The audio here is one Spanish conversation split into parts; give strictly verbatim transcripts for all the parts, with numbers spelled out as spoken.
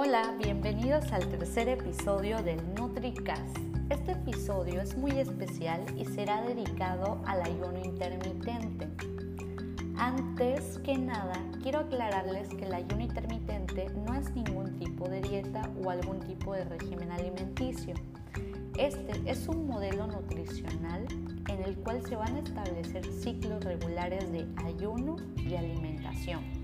Hola, bienvenidos al tercer episodio del NutriCast. Este episodio es muy especial y será dedicado al ayuno intermitente. Antes que nada, quiero aclararles que el ayuno intermitente no es ningún tipo de dieta o algún tipo de régimen alimenticio. Este es un modelo nutricional en el cual se van a establecer ciclos regulares de ayuno y alimentación.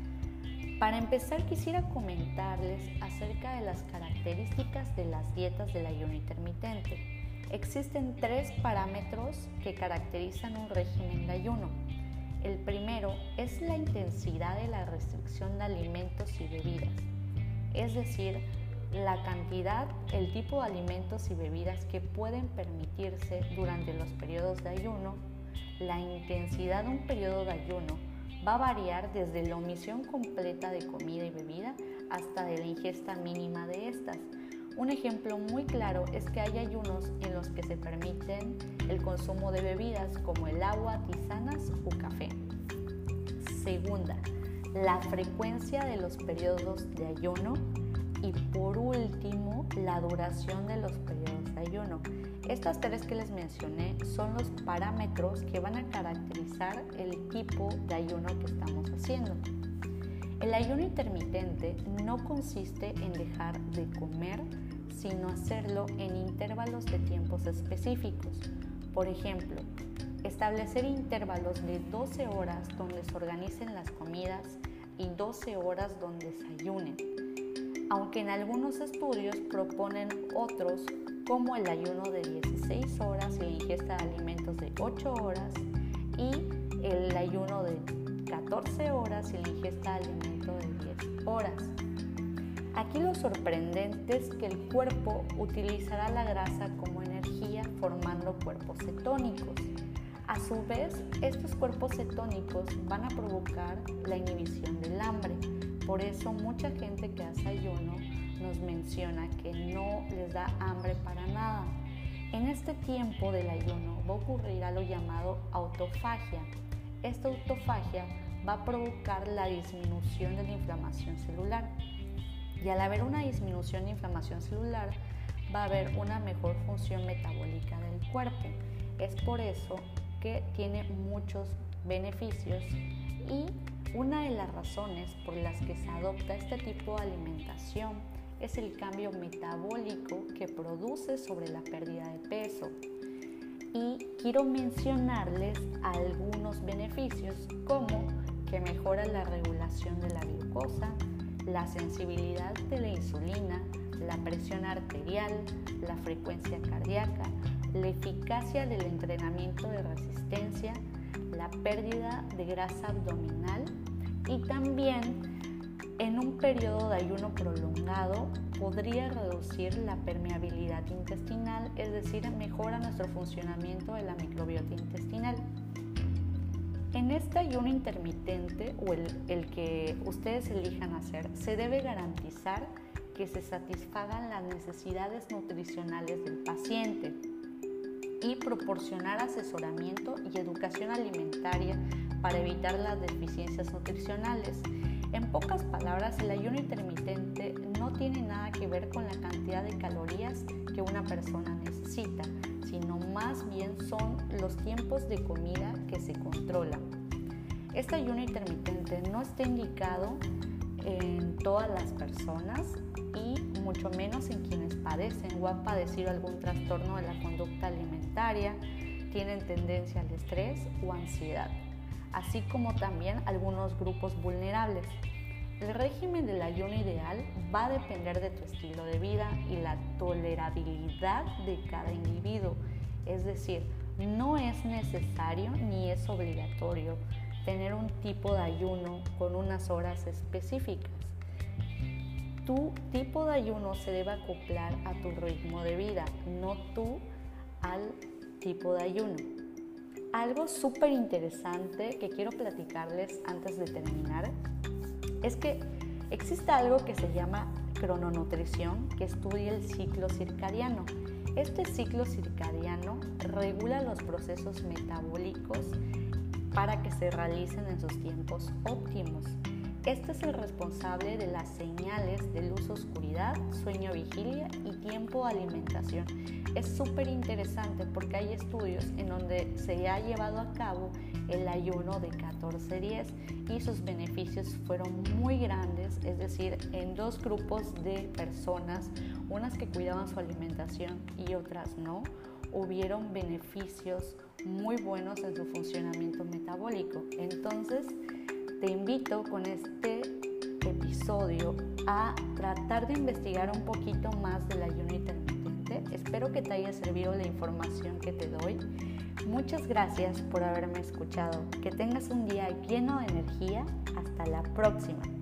Para empezar, quisiera comentarles acerca de las características de las dietas del ayuno intermitente. Existen tres parámetros que caracterizan un régimen de ayuno. El primero es la intensidad de la restricción de alimentos y bebidas, es decir, la cantidad, el tipo de alimentos y bebidas que pueden permitirse durante los periodos de ayuno. La intensidad de un periodo de ayuno va a variar desde la omisión completa de comida y bebida hasta de la ingesta mínima de estas. Un ejemplo muy claro es que hay ayunos en los que se permiten el consumo de bebidas como el agua, tisanas o café. Segunda, la frecuencia de los periodos de ayuno. Y por último, la duración de los periodos de ayuno. Estas tres que les mencioné son los parámetros que van a caracterizar el tipo de ayuno que estamos haciendo. El ayuno intermitente no consiste en dejar de comer, sino hacerlo en intervalos de tiempos específicos. Por ejemplo, establecer intervalos de doce horas donde se organicen las comidas y doce horas donde se ayunen. Aunque en algunos estudios proponen otros como el ayuno de dieciséis horas y la ingesta de alimentos de ocho horas y el ayuno de catorce horas y la ingesta de alimentos de diez horas. Aquí lo sorprendente es que el cuerpo utilizará la grasa como energía formando cuerpos cetónicos. A su vez, estos cuerpos cetónicos van a provocar la inhibición del hambre. Por eso mucha gente que hace ayuno nos menciona que no les da hambre para nada. En este tiempo del ayuno va a ocurrir algo llamado autofagia. Esta autofagia va a provocar la disminución de la inflamación celular. Y al haber una disminución de inflamación celular, va a haber una mejor función metabólica del cuerpo. Es por eso que tiene muchos beneficios y una de las razones por las que se adopta este tipo de alimentación es el cambio metabólico que produce sobre la pérdida de peso. Y quiero mencionarles algunos beneficios como que mejora la regulación de la glucosa, la sensibilidad de la insulina, la presión arterial, la frecuencia cardíaca, la eficacia del entrenamiento de resistencia, la pérdida de grasa abdominal y también en un periodo de ayuno prolongado podría reducir la permeabilidad intestinal, es decir, mejora nuestro funcionamiento de la microbiota intestinal. En este ayuno intermitente o el, el que ustedes elijan hacer, se debe garantizar que se satisfagan las necesidades nutricionales del paciente y proporcionar asesoramiento y educación alimentaria para evitar las deficiencias nutricionales. En pocas palabras, el ayuno intermitente no tiene nada que ver con la cantidad de calorías que una persona necesita, sino más bien son los tiempos de comida que se controlan. Este ayuno intermitente no está indicado en todas las personas y mucho menos en quienes padecen o han padecido algún trastorno de la conducta alimentaria, tienen tendencia al estrés o ansiedad, así como también algunos grupos vulnerables. El régimen del ayuno ideal va a depender de tu estilo de vida y la tolerabilidad de cada individuo, es decir, no es necesario ni es obligatorio tener un tipo de ayuno con unas horas específicas. Tu tipo de ayuno se debe acoplar a tu ritmo de vida, no tú al tipo de ayuno. Algo súper interesante que quiero platicarles antes de terminar es que existe algo que se llama crononutrición, que estudia el ciclo circadiano. Este ciclo circadiano regula los procesos metabólicos para que se realicen en sus tiempos óptimos. Este es el responsable de las señales de luz-oscuridad, sueño-vigilia y tiempo-alimentación. Es súper interesante porque hay estudios en donde se ha llevado a cabo el ayuno de catorce diez y sus beneficios fueron muy grandes, es decir, en dos grupos de personas, unas que cuidaban su alimentación y otras no, hubieron beneficios muy buenos en su funcionamiento metabólico. Entonces, te invito con este episodio a tratar de investigar un poquito más del ayuno intermitente. Espero que te haya servido la información que te doy. Muchas gracias por haberme escuchado. Que tengas un día lleno de energía. Hasta la próxima.